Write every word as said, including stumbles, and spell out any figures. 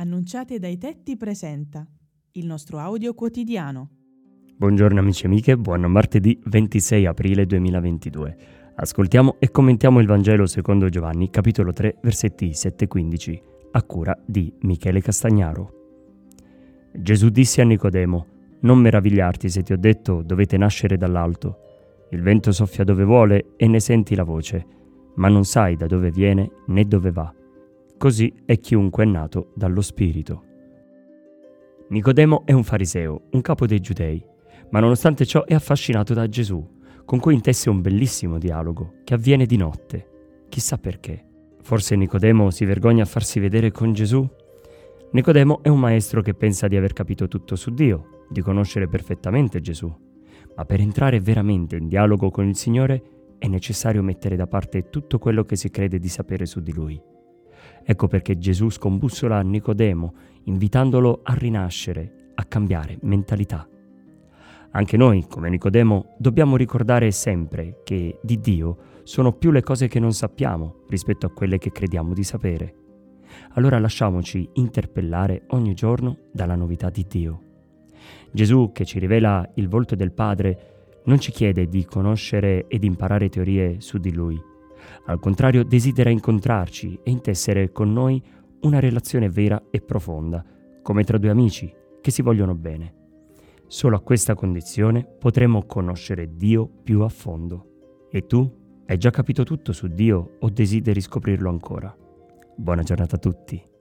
Annunciate dai tetti presenta il nostro audio quotidiano. Buongiorno amici e amiche, buon martedì ventisei aprile duemilaventidue. Ascoltiamo e commentiamo il Vangelo secondo Giovanni, capitolo tre, versetti sette quindici, a cura di Michele Castagnaro. Gesù disse a Nicodemo: «Non meravigliarti se ti ho detto dovete nascere dall'alto. Il vento soffia dove vuole e ne senti la voce, ma non sai da dove viene né dove va. Così è chiunque è nato dallo Spirito». Nicodemo è un fariseo, un capo dei giudei, ma nonostante ciò è affascinato da Gesù, con cui intesse un bellissimo dialogo che avviene di notte. Chissà perché. Forse Nicodemo si vergogna a farsi vedere con Gesù? Nicodemo è un maestro che pensa di aver capito tutto su Dio, di conoscere perfettamente Gesù. Ma per entrare veramente in dialogo con il Signore è necessario mettere da parte tutto quello che si crede di sapere su di Lui. Ecco perché Gesù scombussola Nicodemo, invitandolo a rinascere, a cambiare mentalità. Anche noi, come Nicodemo, dobbiamo ricordare sempre che di Dio sono più le cose che non sappiamo rispetto a quelle che crediamo di sapere. Allora lasciamoci interpellare ogni giorno dalla novità di Dio. Gesù, che ci rivela il volto del Padre, non ci chiede di conoscere ed imparare teorie su di Lui. Al contrario, desidera incontrarci e intessere con noi una relazione vera e profonda, come tra due amici che si vogliono bene. Solo a questa condizione potremo conoscere Dio più a fondo. E tu? Hai già capito tutto su Dio o desideri scoprirlo ancora? Buona giornata a tutti.